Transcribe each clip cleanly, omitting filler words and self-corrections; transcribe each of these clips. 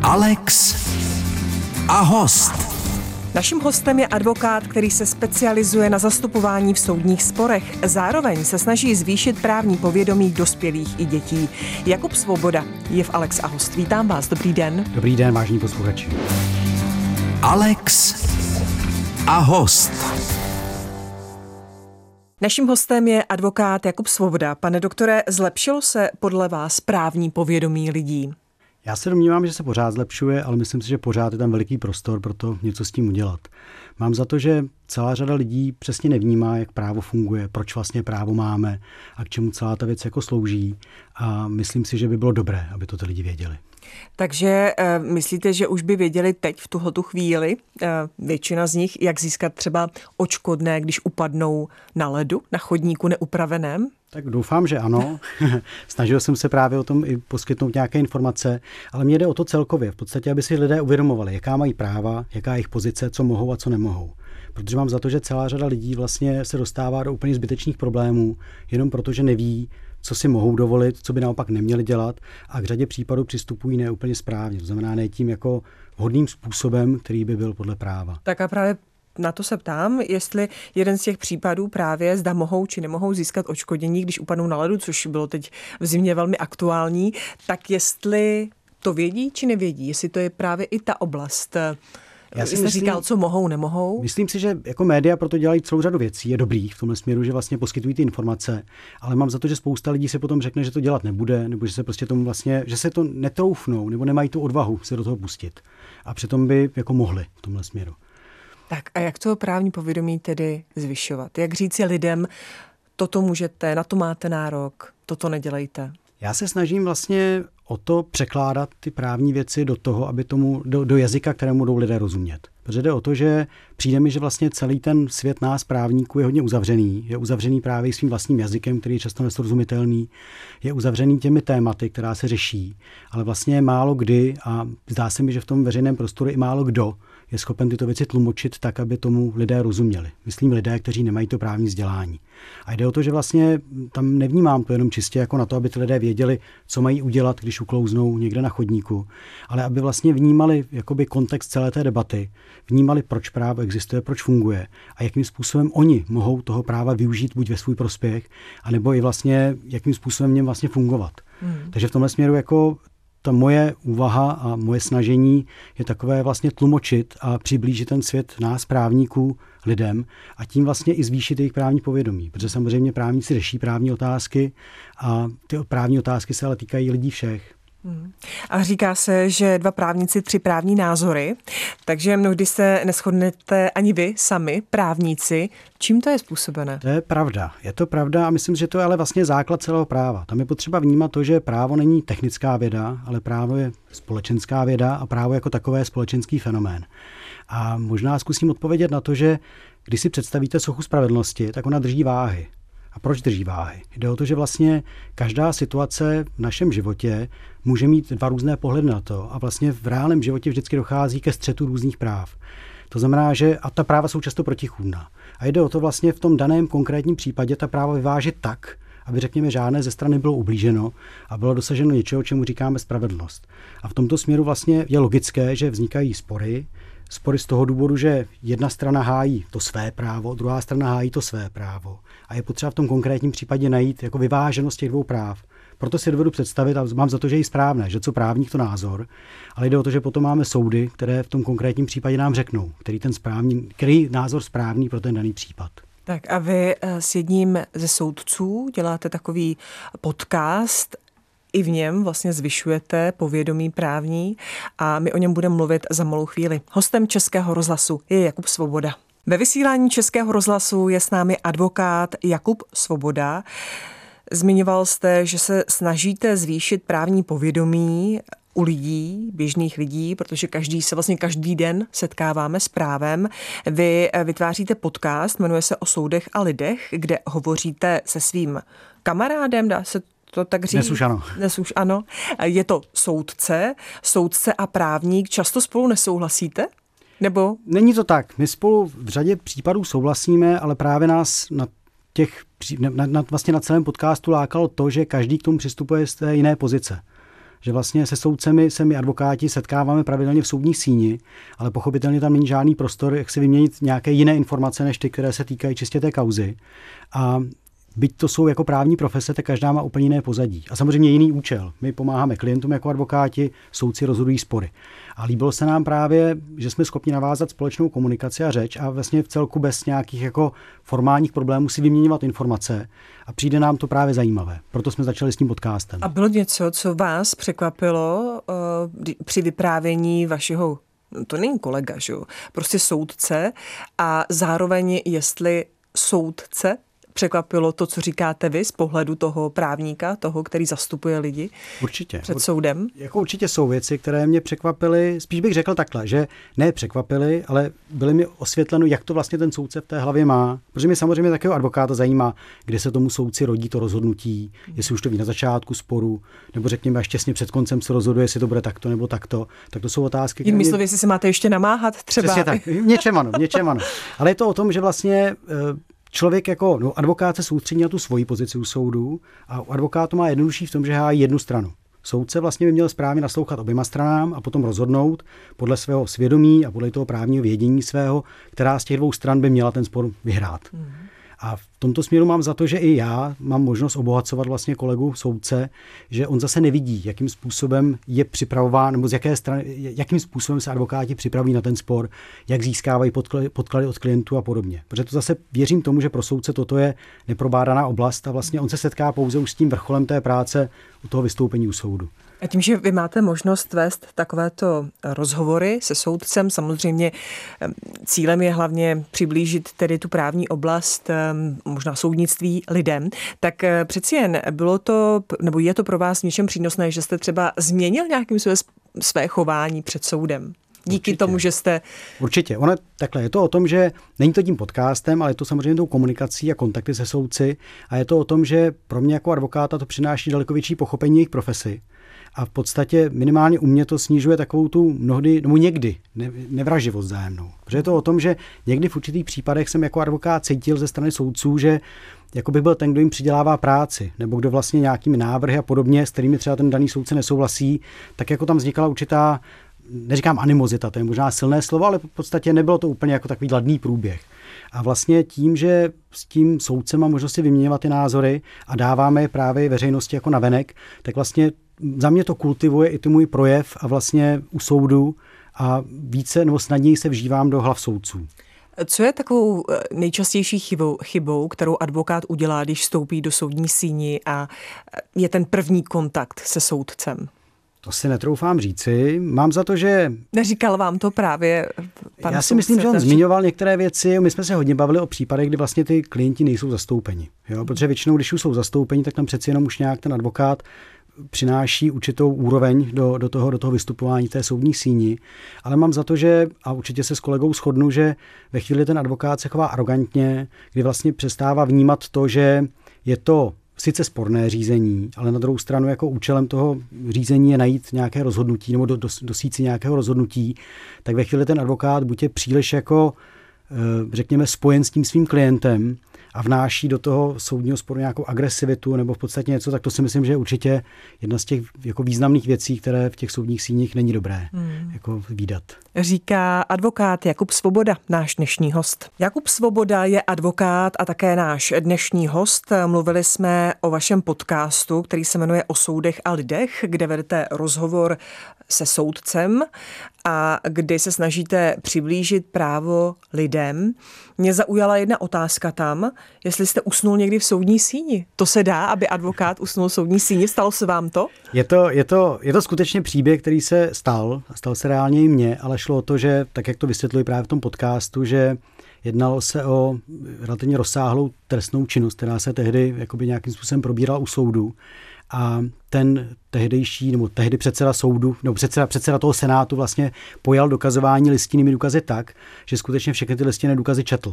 Alex a host. Naším hostem je advokát, který se specializuje na zastupování v soudních sporech. Zároveň se snaží zvýšit právní povědomí dospělých i dětí. Jakub Svoboda je v Alex a host. Vítám vás, dobrý den. Dobrý den, vážení posluchači. Alex a host. Naším hostem je advokát Jakub Svoboda. Pane doktore, zlepšilo se podle vás právní povědomí lidí? Já se domnívám, že se pořád zlepšuje, ale myslím si, že pořád je tam veliký prostor pro to něco s tím udělat. Mám za to, že celá řada lidí přesně nevnímá, jak právo funguje, proč vlastně právo máme a k čemu celá ta věc jako slouží. A myslím si, že by bylo dobré, aby to ty lidi věděli. Takže myslíte, že už by věděli teď v tuhletu chvíli, většina z nich, jak získat třeba odškodné, když upadnou na ledu, na chodníku neupraveném? Tak doufám, že ano. Snažil jsem se právě o tom i poskytnout nějaké informace, ale mně jde o to celkově. V podstatě, aby si lidé uvědomovali, jaká mají práva, jaká je jejich pozice, co mohou a co nemohou. Protože mám za to, že celá řada lidí vlastně se dostává do úplně zbytečných problémů, jenom protože neví, co si mohou dovolit, co by naopak neměli dělat a k řadě případů přistupují ne úplně správně. To znamená ne tím jako vhodným způsobem, který by byl podle práva. Tak a právě na to se ptám, jestli jeden z těch případů právě zda mohou či nemohou získat odškodnění, když upadnou na ledu, což bylo teď v zimě velmi aktuální, tak jestli to vědí či nevědí, jestli to je právě i ta oblast. Já jste říkal, co mohou, nemohou? Myslím si, že jako média proto dělají celou řadu věcí. Je dobrý v tomhle směru, že vlastně poskytují ty informace, ale mám za to, že spousta lidí se potom řekne, že to dělat nebude, nebo že se prostě tomu vlastně, že se to netroufnou, nebo nemají tu odvahu se do toho pustit. A přitom by jako mohli v tomhle směru. Tak a jak to právní povědomí tedy zvyšovat? Jak říci lidem, toto můžete, na to máte nárok, toto nedělejte? Já se snažím vlastně o to překládat ty právní věci do toho, aby tomu, do jazyka, kterému budou lidé rozumět. Protože jde o to, že přijde mi, že vlastně celý ten svět nás právníků je hodně uzavřený. Je uzavřený právě svým vlastním jazykem, který je často nesrozumitelný. Je uzavřený těmi tématy, která se řeší. Ale vlastně málo kdy, a zdá se mi, že v tom veřejném prostoru i málo kdo je schopen tyto věci tlumočit tak, aby tomu lidé rozuměli. Myslím lidé, kteří nemají to právní vzdělání. A jde o to, že vlastně tam nevnímám to jenom čistě jako na to, aby ty lidé věděli, co mají udělat, když uklouznou někde na chodníku, ale aby vlastně vnímali jakoby kontext celé té debaty, vnímali, proč právo existuje, proč funguje a jakým způsobem oni mohou toho práva využít buď ve svůj prospěch, anebo i vlastně jakým způsobem v něm vlastně fungovat. Takže v tomhle směru jako ta moje úvaha a moje snažení je takové vlastně tlumočit a přiblížit ten svět nás, právníků, lidem a tím vlastně i zvýšit jejich právní povědomí. Protože samozřejmě právníci řeší právní otázky a ty právní otázky se ale týkají lidí všech. A říká se, že dva právníci, tři právní názory, takže mnohdy se neshodnete ani vy sami, právníci. Čím to je způsobené? To je pravda. Je to pravda a myslím, že to je ale vlastně základ celého práva. Tam je potřeba vnímat to, že právo není technická věda, ale právo je společenská věda a právo jako takové je společenský fenomén. A možná zkusím odpovědět na to, že když si představíte sochu spravedlnosti, tak ona drží váhy. A proč drží váhy? Jde o to, že vlastně každá situace v našem životě může mít dva různé pohledy na to a vlastně v reálném životě vždycky dochází ke střetu různých práv. To znamená, že a ta práva jsou často protichůdná. A jde o to vlastně v tom daném konkrétním případě ta práva vyvážit tak, aby řekněme žádné ze strany bylo ublíženo a bylo dosaženo něčeho, čemu říkáme spravedlnost. A v tomto směru vlastně je logické, že vznikají spory z toho důvodu, že jedna strana hájí to své právo, druhá strana hájí to své právo. A je potřeba v tom konkrétním případě najít jako vyváženost těch dvou práv. Proto si dovedu představit, a mám za to, že je správné, že co právník to názor, ale jde o to, že potom máme soudy, které v tom konkrétním případě nám řeknou, který názor správný pro ten daný případ. Tak a vy s jedním ze soudců děláte takový podcast, i v něm vlastně zvyšujete povědomí právní a my o něm budeme mluvit za malou chvíli. Hostem Českého rozhlasu je Jakub Svoboda. Ve vysílání Českého rozhlasu je s námi advokát Jakub Svoboda. Zmiňoval jste, že se snažíte zvýšit právní povědomí u lidí, běžných lidí, protože každý den setkáváme s právem. Vy vytváříte podcast, jmenuje se O soudech a lidech, kde hovoříte se svým kamarádem, dá se to tak říct? Dnes už ano. Je to soudce a právník. Často spolu nesouhlasíte? Nebo? Není to tak. My spolu v řadě případů souhlasíme, ale právě nás vlastně na celém podcastu lákalo to, že každý k tomu přistupuje z té jiné pozice. že vlastně se soudcemi se my advokáti setkáváme pravidelně v soudní síni, ale pochopitelně tam není žádný prostor, jak si vyměnit nějaké jiné informace, než ty, které se týkají čistě té kauzy. A byť to jsou jako právní profese, tak každá má úplně jiné pozadí. A samozřejmě jiný účel. My pomáháme klientům jako advokáti, soudci rozhodují spory. A líbilo se nám právě, že jsme schopni navázat společnou komunikaci a řeč a vlastně v celku bez nějakých jako formálních problémů si vyměňovat informace. A přijde nám to právě zajímavé. Proto jsme začali s tím podcastem. A bylo něco, co vás překvapilo při vyprávění vašeho, to není kolega, že jo, prostě soudce, a zároveň jestli soudce překvapilo to, co říkáte vy z pohledu toho právníka, toho, který zastupuje lidi před soudem? Jako určitě jsou věci, které mě překvapily. Spíš bych řekl takhle, že ne překvapily, ale byly mi osvětleno, jak to vlastně ten soudce v té hlavě má. Protože mě samozřejmě takového advokáta zajímá, kde se tomu soudci rodí to rozhodnutí, jestli už to ví na začátku sporu, nebo řekněme až těsně před koncem se rozhoduje, jestli to bude takto nebo takto. Tak to jsou otázky. Jinými slovy, jestli se máte ještě namáhat třeba. Přesně tak. Něčem ano. Ale je to o tom, že vlastně člověk jako advokát se soustředí na tu svoji pozici u soudu a advokát to má jednodušší v tom, že hájí jednu stranu. Soudce vlastně by měl správně naslouchat oběma stranám a potom rozhodnout podle svého svědomí a podle toho právního vědění svého, která z těch dvou stran by měla ten spor vyhrát. A v tomto směru mám za to, že i já mám možnost obohacovat vlastně kolegu soudce, že on zase nevidí, jakým způsobem je připravován, nebo z jaké strany, jakým způsobem se advokáti připraví na ten spor, jak získávají podklady od klientů a podobně. Protože to zase věřím tomu, že pro soudce toto je neprobádaná oblast a vlastně on se setká pouze už s tím vrcholem té práce u toho vystoupení u soudu. A tím, že vy máte možnost vést takovéto rozhovory se soudcem, samozřejmě cílem je hlavně přiblížit tedy tu právní oblast, možná soudnictví lidem, tak přeci jen bylo to, nebo je to pro vás něčem přínosné, že jste třeba změnil nějakým své chování před soudem? Díky tomu, že jste... Určitě. Takhle je to o tom, že není to tím podcastem, ale je to samozřejmě tou komunikací a kontakty se soudci a je to o tom, že pro mě jako advokáta to přináší daleko větší pochopení jejich profesi. A v podstatě minimálně u mě to snižuje takovou tu mnohdy, nebo někdy, nevraživost vzájemnou. Protože je to o tom, že někdy v určitých případech jsem jako advokát cítil ze strany soudců, že jako by byl ten, kdo jim přidělává práci, nebo kdo vlastně nějakými návrhy a podobně, s kterými třeba ten daný soudce nesouhlasí, tak jako tam vznikala určitá, neříkám animozita, to je možná silné slovo, ale v podstatě nebylo to úplně jako takový ladný průběh. A vlastně tím, že s tím soudcem má možnost si vyměňovat ty názory a dáváme je právě veřejnosti jako navenek, tak vlastně za mě to kultivuje i ten můj projev a vlastně u soudu a více nebo snadněji se vžívám do hlav soudců. Co je takovou nejčastější chybou, kterou advokát udělá, když vstoupí do soudní síni a je ten první kontakt se soudcem? To si netroufám říci. Mám za to, že... Neříkal vám to právě pan Já si myslím, že on zmiňoval některé věci. My jsme se hodně bavili o případech, kdy vlastně ty klienti nejsou zastoupeni. Jo? Protože většinou, když už jsou zastoupeni, tak tam přeci jenom už nějak ten advokát přináší určitou úroveň do toho vystupování té soudní síni. Ale mám za to, že, a určitě se s kolegou shodnu, že ve chvíli ten advokát se chová arrogantně, kdy vlastně přestává vnímat to, že je to sice sporné řízení, ale na druhou stranu jako účelem toho řízení je najít nějaké rozhodnutí nebo dosít si nějakého rozhodnutí, tak ve chvíli ten advokát buď je příliš jako, řekněme, spojen s tím svým klientem a vnáší do toho soudního sporu nějakou agresivitu nebo v podstatě něco, tak to si myslím, že je určitě jedna z těch jako významných věcí, které v těch soudních síních není dobré jako vídat. Říká advokát Jakub Svoboda, náš dnešní host. Jakub Svoboda je advokát a také náš dnešní host. Mluvili jsme o vašem podcastu, který se jmenuje O soudech a lidech, kde vedete rozhovor se soudcem a kdy se snažíte přiblížit právo lidem. Mě zaujala jedna otázka tam, jestli jste usnul někdy v soudní síni. To se dá, aby advokát usnul v soudní síni? Stalo se vám to? Je to skutečně příběh, který se stal se reálně i mně, ale šlo o to, že tak, jak to vysvětluji právě v tom podcastu, že jednalo se o relativně rozsáhlou trestnou činnost, která se tehdy jakoby nějakým způsobem probírala u soudu. A ten tehdejší, nebo tehdy předseda soudu, nebo předseda toho senátu vlastně pojal dokazování listinnými důkazy tak, že skutečně všechny ty listinné důkazy četl.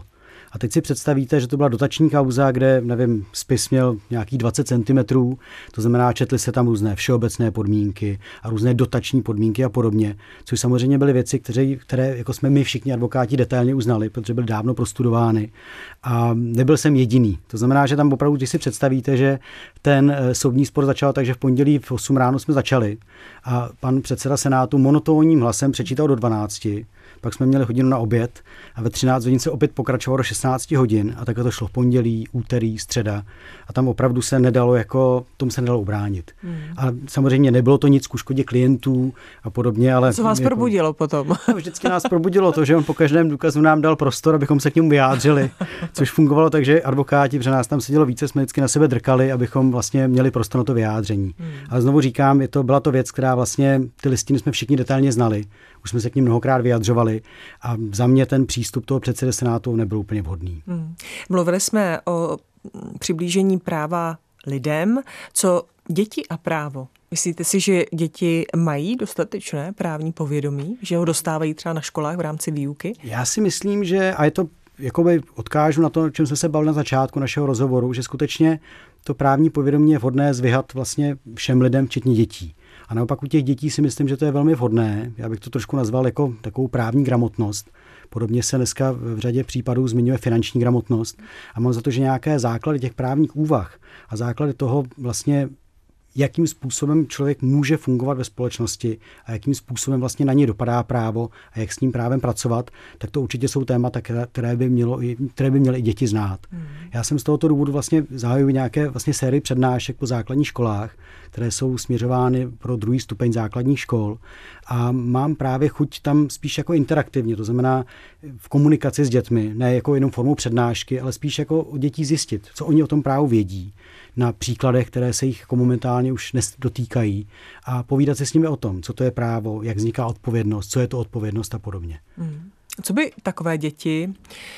A teď si představíte, že to byla dotační kauza, kde, nevím, spis měl nějakých 20 cm, to znamená, četly se tam různé všeobecné podmínky a různé dotační podmínky a podobně, což samozřejmě byly věci, které jako jsme my všichni advokáti detailně uznali, protože byly dávno prostudovány. A nebyl jsem jediný. To znamená, že tam opravdu, když si představíte, že ten soudní spor začal tak, že v pondělí v 8 ráno jsme začali a pan předseda Senátu monotónním hlasem přečítal do 12. Pak jsme měli hodinu na oběd a ve 13 hodin se opět pokračovalo do 16 hodin a takhle to šlo v pondělí, úterý, středa a tam opravdu se nedalo tomu se nedalo ubránit. A samozřejmě nebylo to nic ku škodě klientů a podobně, ale... Co vás probudilo potom? Vždycky nás probudilo to, že on po každém důkazu nám dal prostor, abychom se k němu vyjádřili, což fungovalo tak, že advokáti, protože nás tam sedělo více, jsme vždycky na sebe drkali, abychom vlastně měli prostor na to vyjádření. Ale znovu říkám, byla to věc, která vlastně ty listiny jsme všichni detailně znali. Už jsme se k nim mnohokrát vyjadřovali a za mě ten přístup toho předsedy Senátu nebyl úplně vhodný. Mluvili jsme o přiblížení práva lidem. Co děti a právo? Myslíte si, že děti mají dostatečné právní povědomí, že ho dostávají třeba na školách v rámci výuky? Já si myslím, že, a je to, jakoby odkážu na to, o čem jsme se bavili na začátku našeho rozhovoru, že skutečně to právní povědomí je vhodné zvyhat vlastně všem lidem, včetně dětí. A naopak u těch dětí si myslím, že to je velmi vhodné. Já bych to trošku nazval jako takovou právní gramotnost. Podobně se dneska v řadě případů zmiňuje finanční gramotnost. A mám za to, že nějaké základy těch právních úvah a základy toho vlastně, jakým způsobem člověk může fungovat ve společnosti a jakým způsobem vlastně na něj dopadá právo a jak s tím právem pracovat, tak to určitě jsou témata, které by měly i děti znát. Já jsem z tohoto důvodu vlastně zahajuji nějaké vlastně sérii přednášek po základních školách, které jsou směřovány pro 2. stupeň základních škol a mám právě chuť tam spíš jako interaktivně, to znamená v komunikaci s dětmi, ne jako jenom formou přednášky, ale spíš jako od dětí zjistit, co oni o tom právu vědí, na příkladech, které se jich jako momentálně už dotýkají a povídat si s nimi o tom, co to je právo, jak vzniká odpovědnost, co je to odpovědnost a podobně. Co by takové děti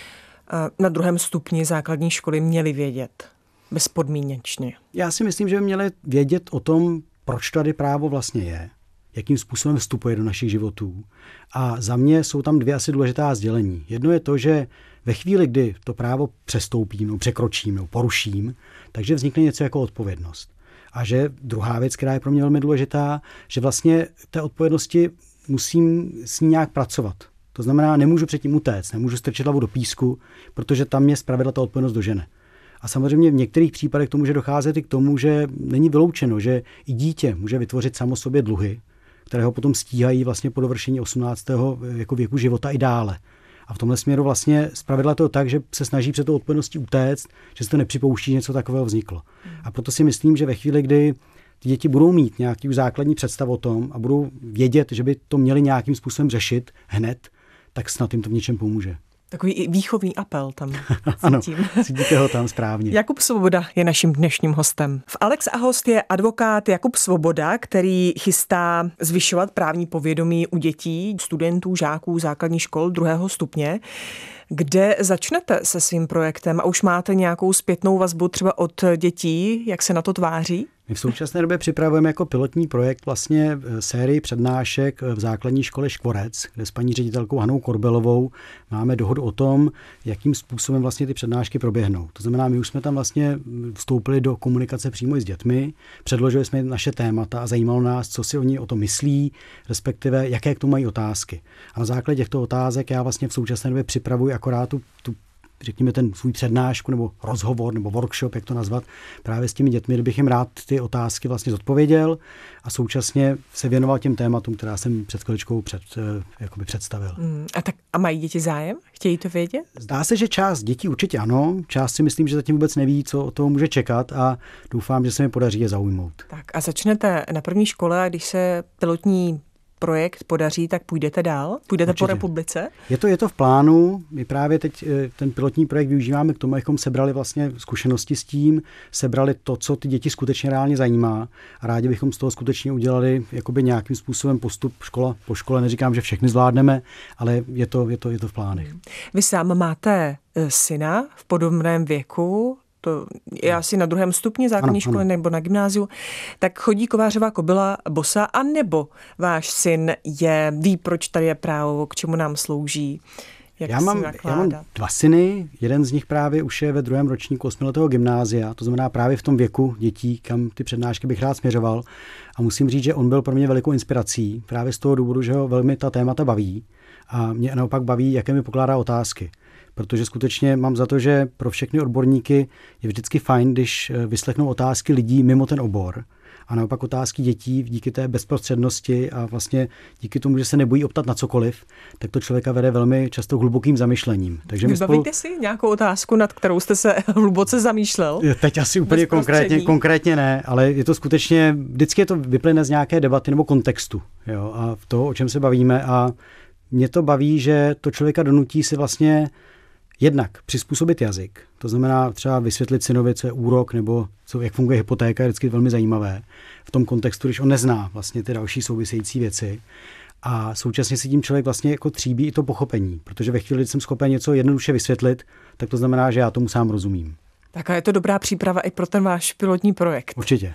na 2. stupni základní školy měly vědět bezpodmínečně? Já si myslím, že by měli vědět o tom, proč tady právo vlastně je, jakým způsobem vstupuje do našich životů. A za mě jsou tam 2 asi důležitá sdělení. Jedno je to, že ve chvíli, kdy to právo přestoupím, překročím, poruším, takže vznikne něco jako odpovědnost. A že druhá věc, která je pro mě velmi důležitá, že vlastně té odpovědnosti musím s ní nějak pracovat. To znamená, nemůžu předtím utéct, nemůžu strčit hlavu do písku, protože tam mě zpravidla ta odpovědnost dožene. A samozřejmě v některých případech to může docházet i k tomu, že není vyloučeno, že i dítě může vytvořit samo sobě dluhy, které ho potom stíhají vlastně po dovršení 18. jako věku života i dále. A v tomhle směru vlastně zpravidla to tak, že se snaží před tou odpovědností utéct, že se to nepřipouští, něco takového vzniklo. A proto si myslím, že ve chvíli, kdy ty děti budou mít nějaký základní představ o tom a budou vědět, že by to měli nějakým způsobem řešit hned, tak snad jim to v něčem pomůže. Takový výchovný apel tam cítím. Ano, cítíte ho tam správně. Jakub Svoboda je naším dnešním hostem. V Alex a host je advokát Jakub Svoboda, který chystá zvyšovat právní povědomí u dětí, studentů, žáků základních škol 2. stupně. Kde začnete se svým projektem a už máte nějakou zpětnou vazbu třeba od dětí, jak se na to tváří? My v současné době připravujeme jako pilotní projekt vlastně sérii přednášek v základní škole Škvorec, kde s paní ředitelkou Hanou Korbelovou máme dohodu o tom, jakým způsobem vlastně ty přednášky proběhnou. To znamená, my už jsme tam vlastně vstoupili do komunikace přímo i s dětmi, předložili jsme naše témata a zajímalo nás, co si oni o tom myslí, respektive jaké k tomu mají otázky. A na základě těchto otázek já vlastně v současné době připravuji akorát tu řekněme ten svůj přednášku nebo rozhovor nebo workshop, jak to nazvat, právě s těmi dětmi, kdybych jim rád ty otázky vlastně zodpověděl a současně se věnoval těm tématům, která jsem před chviličkou představil. A mají děti zájem? Chtějí to vědět? Zdá se, že část dětí určitě ano, část si myslím, že zatím vůbec neví, co od toho může čekat a doufám, že se mi podaří je zaujmout. Tak a začnete na první škole a když se pilotní projekt podaří, tak půjdete dál? Půjdete určitě po republice? Je to v plánu. My právě teď ten pilotní projekt využíváme k tomu, abychom sebrali vlastně zkušenosti s tím, sebrali to, co ty děti skutečně reálně zajímá a rádi bychom z toho skutečně udělali jakoby nějakým způsobem postup škola po škole. Neříkám, že všechny zvládneme, ale je to v plánech. Vy sám máte syna v podobném věku, to je asi na 2. stupni základní školy nebo na gymnáziu, tak chodí kovářová kobyla bosa, anebo váš syn ví, proč tady je právo, k čemu nám slouží? jak já mám 2 syny, jeden z nich právě už je ve 2. ročníku 8letého gymnázia, to znamená právě v tom věku dětí, kam ty přednášky bych rád směřoval. A musím říct, že on byl pro mě velikou inspirací, právě z toho důvodu, že ho velmi ta témata baví a mě naopak baví, jaké mi pokládá otázky. Protože skutečně mám za to, že pro všechny odborníky je vždycky fajn, když vyslechnou otázky lidí mimo ten obor. A naopak otázky dětí díky té bezprostřednosti a vlastně díky tomu, že se nebojí optat na cokoliv, tak to člověka vede velmi často hlubokým zamyšlením. Takže vybavíte si nějakou otázku, nad kterou jste se hluboce zamýšlel? Teď asi úplně konkrétně ne, ale je to skutečně, vždycky je to vyplyne z nějaké debaty nebo kontextu, jo, a v toho, o čem se bavíme, a mě to baví, že to člověka donutí si vlastně jednak přizpůsobit jazyk, to znamená třeba vysvětlit synovi, co je úrok nebo jak funguje hypotéka, je vždycky velmi zajímavé v tom kontextu, když on nezná vlastně ty další související věci. A současně si tím člověk vlastně jako tříbí i to pochopení, protože ve chvíli, kdy jsem schopen něco jednoduše vysvětlit, tak to znamená, že já tomu sám rozumím. Tak a je to dobrá příprava i pro ten váš pilotní projekt. Určitě.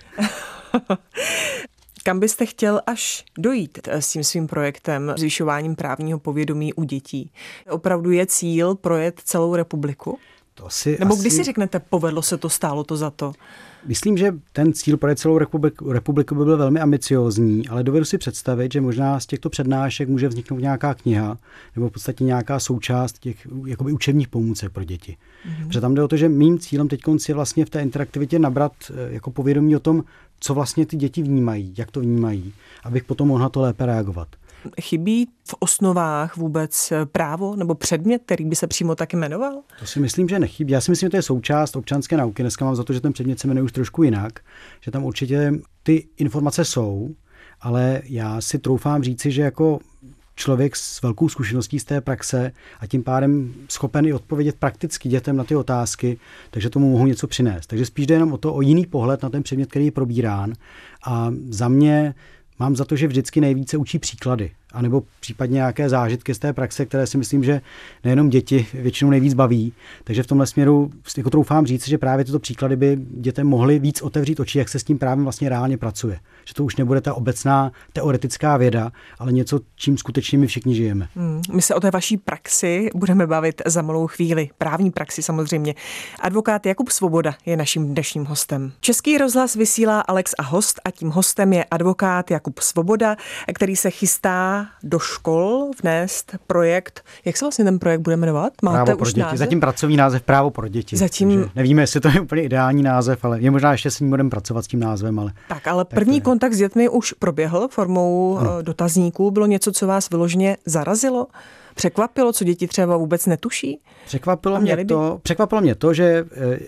Kam byste chtěl až dojít s tím svým projektem, zvyšováním právního povědomí u dětí? Opravdu je cíl projet celou republiku? Nebo když si řeknete, povedlo se to, stálo to za to? Myslím, že ten cíl projet celou republiku by byl velmi ambiciózní, ale dovedu si představit, že možná z těchto přednášek může vzniknout nějaká kniha nebo v podstatě nějaká součást těch jakoby učebních pomůcek pro děti. Protože tam jde o to, že mým cílem teď je vlastně v té interaktivitě nabrat jako povědomí o tom, co vlastně ty děti vnímají, jak to vnímají, abych potom mohl na to lépe reagovat. Chybí v osnovách vůbec právo nebo předmět, který by se přímo tak jmenoval? To si myslím, že nechybí. Já si myslím, že to je součást občanské nauky. Dneska mám za to, že ten předmět se jmenuje už trošku jinak, že tam určitě ty informace jsou, ale já si troufám říci, že jako člověk s velkou zkušeností z té praxe a tím pádem schopen i odpovědět prakticky dětem na ty otázky, takže tomu mohu něco přinést. Takže spíš jde jenom o jiný pohled na ten předmět, který je probírán. A za mě mám za to, že vždycky nejvíce učí příklady, anebo případně nějaké zážitky z té praxe, které si myslím, že nejenom děti většinou nejvíc baví. Takže v tomhle směru jako troufám říct, že právě tyto příklady by dětem mohly víc otevřít oči, jak se s tím právem vlastně reálně pracuje. Že to už nebude ta obecná teoretická věda, ale něco, čím skutečně my všichni žijeme. My se o té vaší praxi budeme bavit za malou chvíli. Právní praxi samozřejmě. Advokát Jakub Svoboda je naším dnešním hostem. Český rozhlas vysílá Alex a host a tím hostem je advokát Jakub Svoboda, který se chystá do škol vnést projekt. Jak se vlastně ten projekt bude jmenovat? Máte Právo pro už děti. název? Zatím pracovní název Právo pro děti. Zatím nevíme, jestli to je úplně ideální název, ale je možná ještě s ním budeme pracovat s tím názvem, ale ale první kontakt s dětmi už proběhl formou dotazníků. Bylo něco, co vás vyloženě zarazilo? Překvapilo, co děti třeba vůbec netuší? Překvapilo mě to, že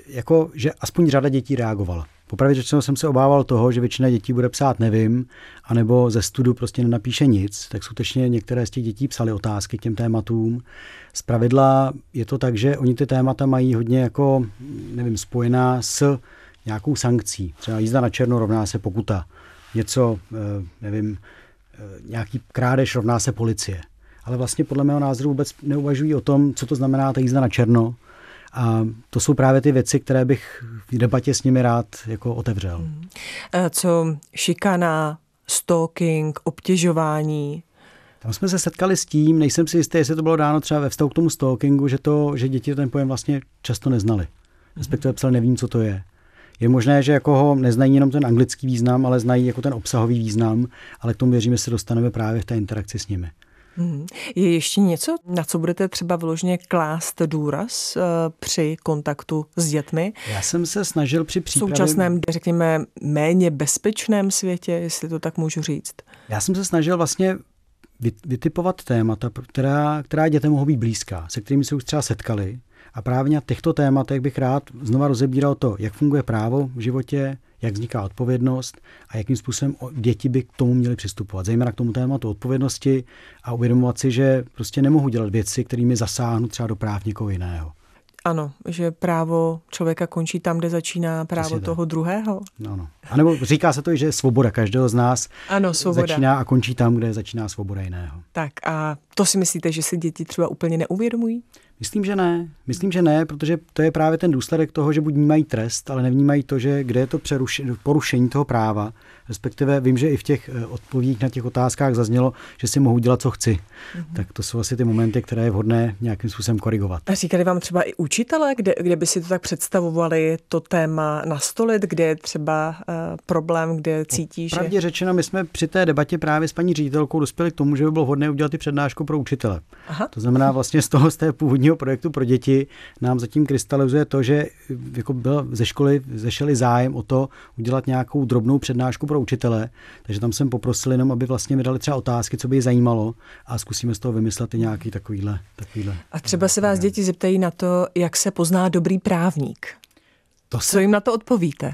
aspoň řada dětí reagovala. Popravdě řečeno jsem se obával toho, že většina dětí bude psát nevím, anebo ze studu prostě nenapíše nic, tak skutečně některé z těch dětí psaly otázky k těm tématům. Zpravidla je to tak, že oni ty témata mají hodně jako, spojená s nějakou sankcí. Třeba jízda na černo rovná se pokuta. Něco, nějaký krádež rovná se policie. Ale vlastně podle mého názoru vůbec neuvažují o tom, co to znamená ta jízda na černo. A to jsou právě ty věci, které bych v debatě s nimi rád jako otevřel. Co šikana, stalking, obtěžování? Tam jsme se setkali s tím, nejsem si jistý, jestli to bylo dáno třeba ve vztahu k tomu stalkingu, že děti ten pojem vlastně často neznali. Respektive psali, nevím, co to je. Je možné, že jako ho neznají jenom ten anglický význam, ale znají jako ten obsahový význam, ale k tomu věříme, že se dostaneme právě v té interakci s nimi. Je ještě něco, na co budete třeba vyloženě klást důraz při kontaktu s dětmi? Já jsem se snažil při přípravě... V současném, řekněme, méně bezpečném světě, jestli to tak můžu říct. Já jsem se snažil vlastně vytipovat témata, která dětem mohou být blízká, se kterými se už třeba setkali. A právě na těchto tématech bych rád znova rozebíral to, jak funguje právo v životě, jak vzniká odpovědnost a jakým způsobem děti by k tomu měly přistupovat. Zejména k tomu tématu odpovědnosti a uvědomovat si, že prostě nemohu dělat věci, kterými zasáhnu třeba do práv někoho jiného. Ano, že právo člověka končí tam, kde začíná právo toho druhého. Ano. A nebo říká se to i, že svoboda každého z nás svoboda začíná a končí tam, kde začíná svoboda jiného. Tak a to si myslíte, že si děti třeba úplně neuvědomují? Myslím, že ne, protože to je právě ten důsledek toho, že buď vnímají trest, ale nevnímají to, že kde je to porušení toho práva, Respektive vím, že i v těch odpovědích na těch otázkách zaznělo, že si mohu dělat, co chci. Tak to jsou asi ty momenty, které je vhodné nějakým způsobem korigovat. A říkali vám třeba i učitele, kde by si to tak představovali, to téma nastolit, kde je třeba problém, kde cítí, že... Pravdě řečeno, my jsme při té debatě právě s paní ředitelkou dospěli k tomu, že by bylo vhodné udělat i přednášku pro učitele. Aha. To znamená vlastně z té původního projektu pro děti nám zatím krystalizuje to, že jako byl ze školy zešel zájem o to udělat nějakou drobnou přednášku pro učitele. Takže tam jsem poprosil jenom, aby vlastně mi dali třeba otázky, co by je zajímalo a zkusíme z toho vymyslet i nějaký takovýhle. A třeba se vás děti zeptají na to, jak se pozná dobrý právník. Co jim na to odpovíte?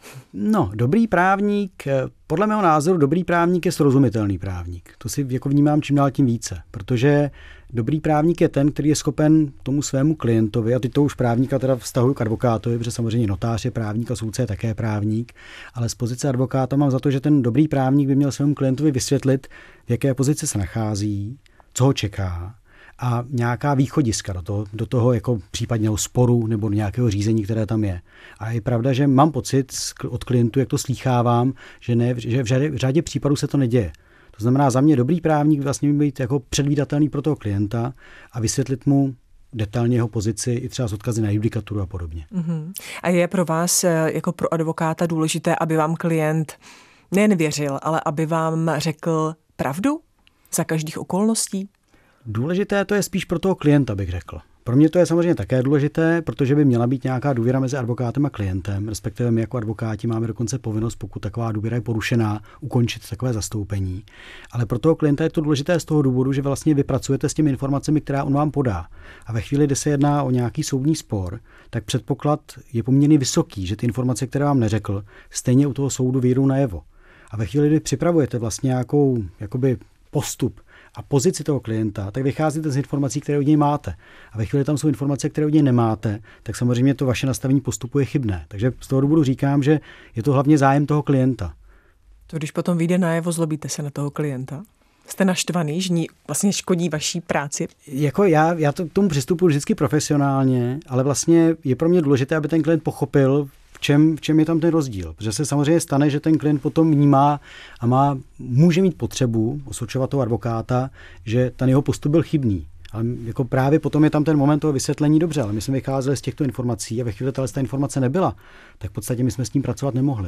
No, dobrý právník, podle mého názoru dobrý právník je srozumitelný právník. To si jako vnímám čím dál tím více, protože dobrý právník je ten, který je schopen tomu svému klientovi, a teď to už právníka teda vztahuji k advokátovi, protože samozřejmě notář je právník a soudce je také právník, ale z pozice advokáta mám za to, že ten dobrý právník by měl svému klientovi vysvětlit, v jaké pozici se nachází, co ho čeká, a nějaká východiska do toho jako případného sporu nebo nějakého řízení, které tam je. A je pravda, že mám pocit od klientů, jak to slýchávám, že v řadě případů se to neděje. To znamená, za mě dobrý právník vlastně by být jako předvídatelný pro toho klienta a vysvětlit mu detailně jeho pozici i třeba s odkazy na judikaturu a podobně. Uh-huh. A je pro vás jako pro advokáta důležité, aby vám klient nejen věřil, ale aby vám řekl pravdu za každých okolností? Důležité to je spíš pro toho klienta, bych řekl. Pro mě to je samozřejmě také důležité, protože by měla být nějaká důvěra mezi advokátem a klientem, respektive my jako advokáti máme dokonce povinnost, pokud taková důvěra je porušená, ukončit takové zastoupení. Ale pro toho klienta je to důležité z toho důvodu, že vlastně vy pracujete s těmi informacemi, která on vám podá. A ve chvíli, kdy se jedná o nějaký soudní spor, tak předpoklad je poměrně vysoký, že ty informace, které vám neřekl, stejně u toho soudu vyjdou najevo. A ve chvíli, kdy připravujete vlastně nějakou jakoby postup a pozici toho klienta, tak vycházíte z informací, které od něj máte. A ve chvíli tam jsou informace, které od něj nemáte, tak samozřejmě to vaše nastavení postupu je chybné. Takže z toho důvodu říkám, že je to hlavně zájem toho klienta. To když potom vyjde najevo, zlobíte se na toho klienta? Jste naštvaný, že vlastně škodí vaší práci? Jako já to k tomu přistupuji vždycky profesionálně, ale vlastně je pro mě důležité, aby ten klient pochopil, v čem je tam ten rozdíl. Protože se samozřejmě stane, že ten klient potom vnímá a může mít potřebu osočovat toho advokáta, že ten jeho postup byl chybný. Ale jako právě potom je tam ten moment toho vysvětlení dobře, ale my jsme vycházeli z těchto informací a ve chvíli, ta informace nebyla, tak v podstatě my jsme s tím pracovat nemohli.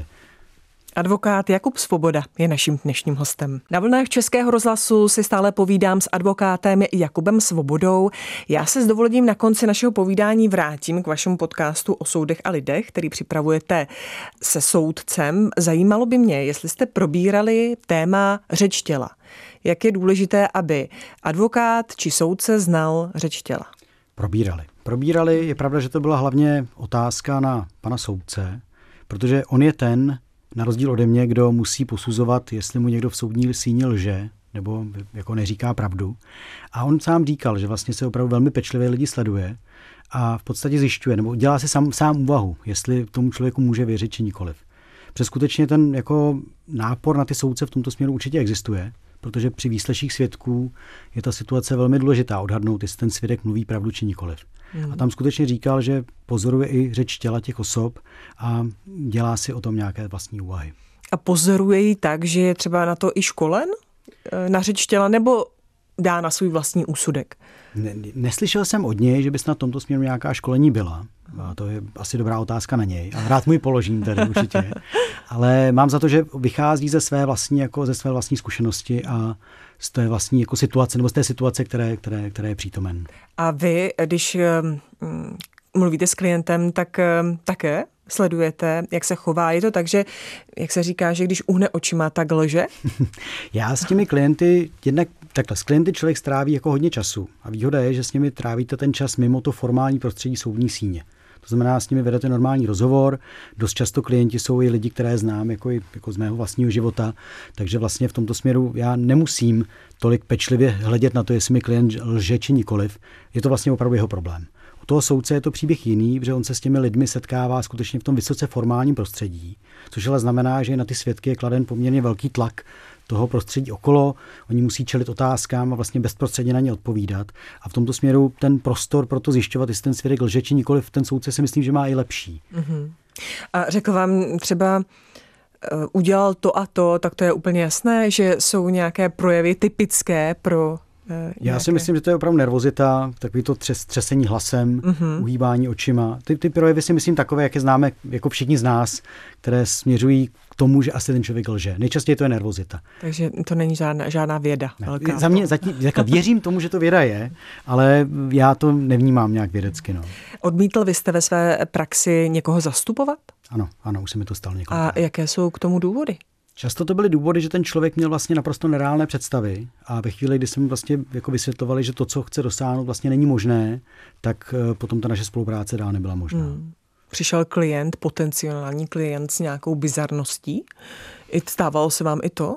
Advokát Jakub Svoboda je naším dnešním hostem. Na vlnách Českého rozhlasu si stále povídám s advokátem Jakubem Svobodou. Já se s dovolením na konci našeho povídání vrátím k vašemu podcastu o soudech a lidech, který připravujete se soudcem. Zajímalo by mě, jestli jste probírali téma řeč těla. Jak je důležité, aby advokát či soudce znal řeč těla? Probírali. Je pravda, že to byla hlavně otázka na pana soudce, protože on je ten, na rozdíl ode mě, kdo musí posuzovat, jestli mu někdo v soudní síni lže, nebo jako neříká pravdu. A on sám říkal, že vlastně se opravdu velmi pečlivě lidi sleduje a v podstatě zjišťuje, nebo dělá si sám úvahu, jestli tomu člověku může věřit či nikoliv. Přes skutečně ten jako nápor na ty soudce v tomto směru určitě existuje, protože při výsleších svědků je ta situace velmi důležitá odhadnout, jestli ten svědek mluví pravdu či nikoliv. A tam skutečně říkal, že pozoruje i řeč těla těch osob a dělá si o tom nějaké vlastní úvahy. A pozoruje ji tak, že je třeba na to i školen? Na řeč těla, nebo dá na svůj vlastní úsudek? Neslyšel jsem od něj, že by na tomto směru nějaká školení byla. A to je asi dobrá otázka na něj. A rád mu ji položím tady určitě. Ale mám za to, že vychází ze své vlastní zkušenosti a z té vlastní jako situace, nebo z té situace, které je přítomen. A vy, když mluvíte s klientem, tak také sledujete, jak se chová. Je to tak, že, jak se říká, že když uhne očima, tak lže? Já s těmi klienty, s klienty člověk stráví jako hodně času. A výhoda je, že s nimi trávíte ten čas mimo to formální prostředí soudní síně. To znamená, s nimi vedete normální rozhovor. Dost často klienti jsou i lidi, které znám jako z mého vlastního života. Takže vlastně v tomto směru já nemusím tolik pečlivě hledět na to, jestli mi klient lže či nikoliv. Je to vlastně opravdu jeho problém. U toho soudce je to příběh jiný, protože on se s těmi lidmi setkává skutečně v tom vysoce formálním prostředí, což ale znamená, že na ty svědky je kladen poměrně velký tlak toho prostředí okolo, oni musí čelit otázkám a vlastně bezprostředně na ně odpovídat. A v tomto směru ten prostor pro to zjišťovat, jestli ten svědek lže či nikoliv, ten soudce si myslím, že má i lepší. Mm-hmm. A řekl vám třeba udělal to a to, tak to je úplně jasné, že jsou nějaké projevy typické pro Já si myslím, že to je opravdu nervozita, takový to třesení hlasem, uhýbání očima. Ty projevy si myslím takové, jak je známe jako všichni z nás, které směřují k tomu, že asi ten člověk lže. Nejčastěji to je nervozita. Takže to není žádná věda. Za mě věřím tomu, že to věda je, ale já to nevnímám nějak vědecky. No. Odmítl vy jste ve své praxi někoho zastupovat? Ano, už se mi to stalo několikrát. A jaké jsou k tomu důvody? Často to byly důvody, že ten člověk měl vlastně naprosto nereálné představy a ve chvíli, kdy jsme mu vlastně jako vysvětlovali, že to, co chce dosáhnout, vlastně není možné, tak potom ta naše spolupráce dál nebyla možná. Přišel klient, potenciální klient s nějakou bizarností? Stávalo se vám i to?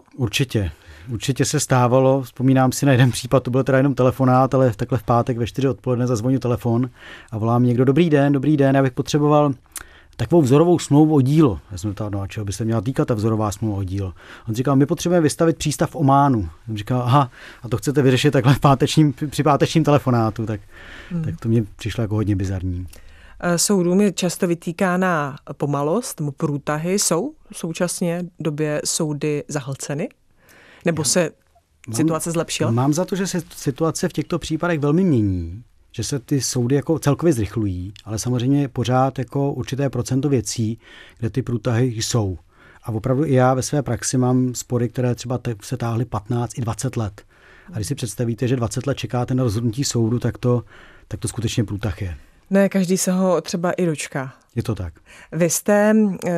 Určitě se stávalo. Vzpomínám si na jeden případ, to byl teda jenom telefonát, ale takhle v pátek ve 4 odpoledne zazvonil telefon a volá mi někdo: dobrý den, já bych potřeboval takovou vzorovou smlouvu o dílo. Já jsem ptal, no a čeho by se měla týkat ta vzorová smlouva o dílo? On říkal, my potřebujeme vystavit přístav v Ománu. Jsem říkal, aha, a to chcete vyřešit takhle při pátečním telefonátu, tak to mě přišlo jako hodně bizarní. Soudům je často vytýkána pomalost, průtahy. Jsou v současné době soudy zahlceny? Nebo se situace zlepšila? Mám za to, že se situace v těchto případech velmi mění, že se ty soudy jako celkově zrychlují, ale samozřejmě pořád jako určité procento věcí, kde ty průtahy jsou. A opravdu i já ve své praxi mám spory, které třeba se táhly 15 i 20 let. A když si představíte, že 20 let čekáte na rozhodnutí soudu, tak to skutečně průtah je. Ne, každý se ho třeba i dočká. Je to tak. Vy jste,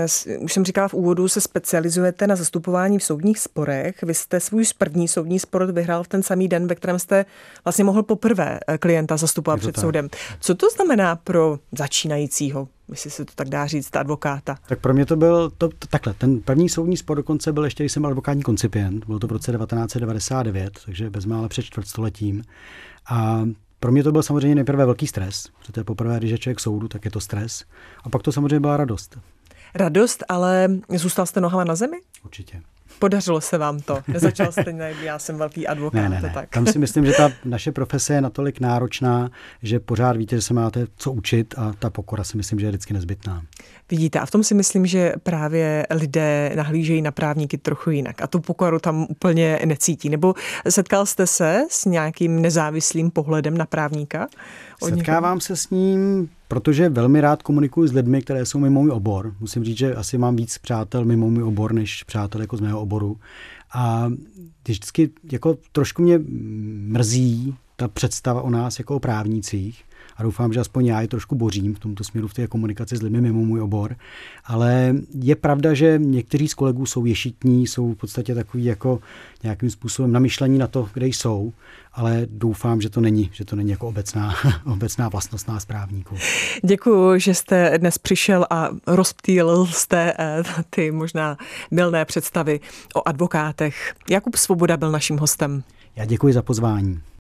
už jsem říkala v úvodu, se specializujete na zastupování v soudních sporech. Vy jste svůj první soudní spor vyhrál v ten samý den, ve kterém jste vlastně mohl poprvé klienta zastupovat před soudem. Co to znamená pro začínajícího, jestli se to tak dá říct, advokáta? Tak pro mě to byl takhle. Ten první soudní spor dokonce byl ještě, když jsem byl advokátní koncipient. Bylo to v roce 1999, takže bezmála před čtvrtstoletím. A pro mě to byl samozřejmě nejprve velký stres, protože poprvé, když je člověk k soudu, tak je to stres. A pak to samozřejmě byla radost. Radost, ale zůstal jste nohama na zemi? Určitě. Podařilo se vám to? Nezačal jste, já jsem velký advokát. Ne. Tak. Tam si myslím, že ta naše profese je natolik náročná, že pořád víte, že se máte co učit a ta pokora si myslím, že je vždycky nezbytná. Vidíte, a v tom si myslím, že právě lidé nahlížejí na právníky trochu jinak a tu pokoru tam úplně necítí. Nebo setkal jste se s nějakým nezávislým pohledem na právníka? Setkávám se s ním, protože velmi rád komunikuji s lidmi, které jsou mimo můj obor. Musím říct, že asi mám víc přátel mimo můj obor, než přátel jako z mého oboru. A vždycky jako trošku mě mrzí ta představa o nás jako o právnících. A doufám, že aspoň já je trošku bořím v tomto směru v té komunikaci s lidmi mimo můj obor. Ale je pravda, že někteří z kolegů jsou ješitní, jsou v podstatě takový jako nějakým způsobem namyšlení na to, kde jsou, ale doufám, že to není jako obecná vlastnost nás právníků. Děkuji, že jste dnes přišel a rozptýlil jste ty možná mylné představy o advokátech. Jakub Svoboda byl naším hostem. Já děkuji za pozvání.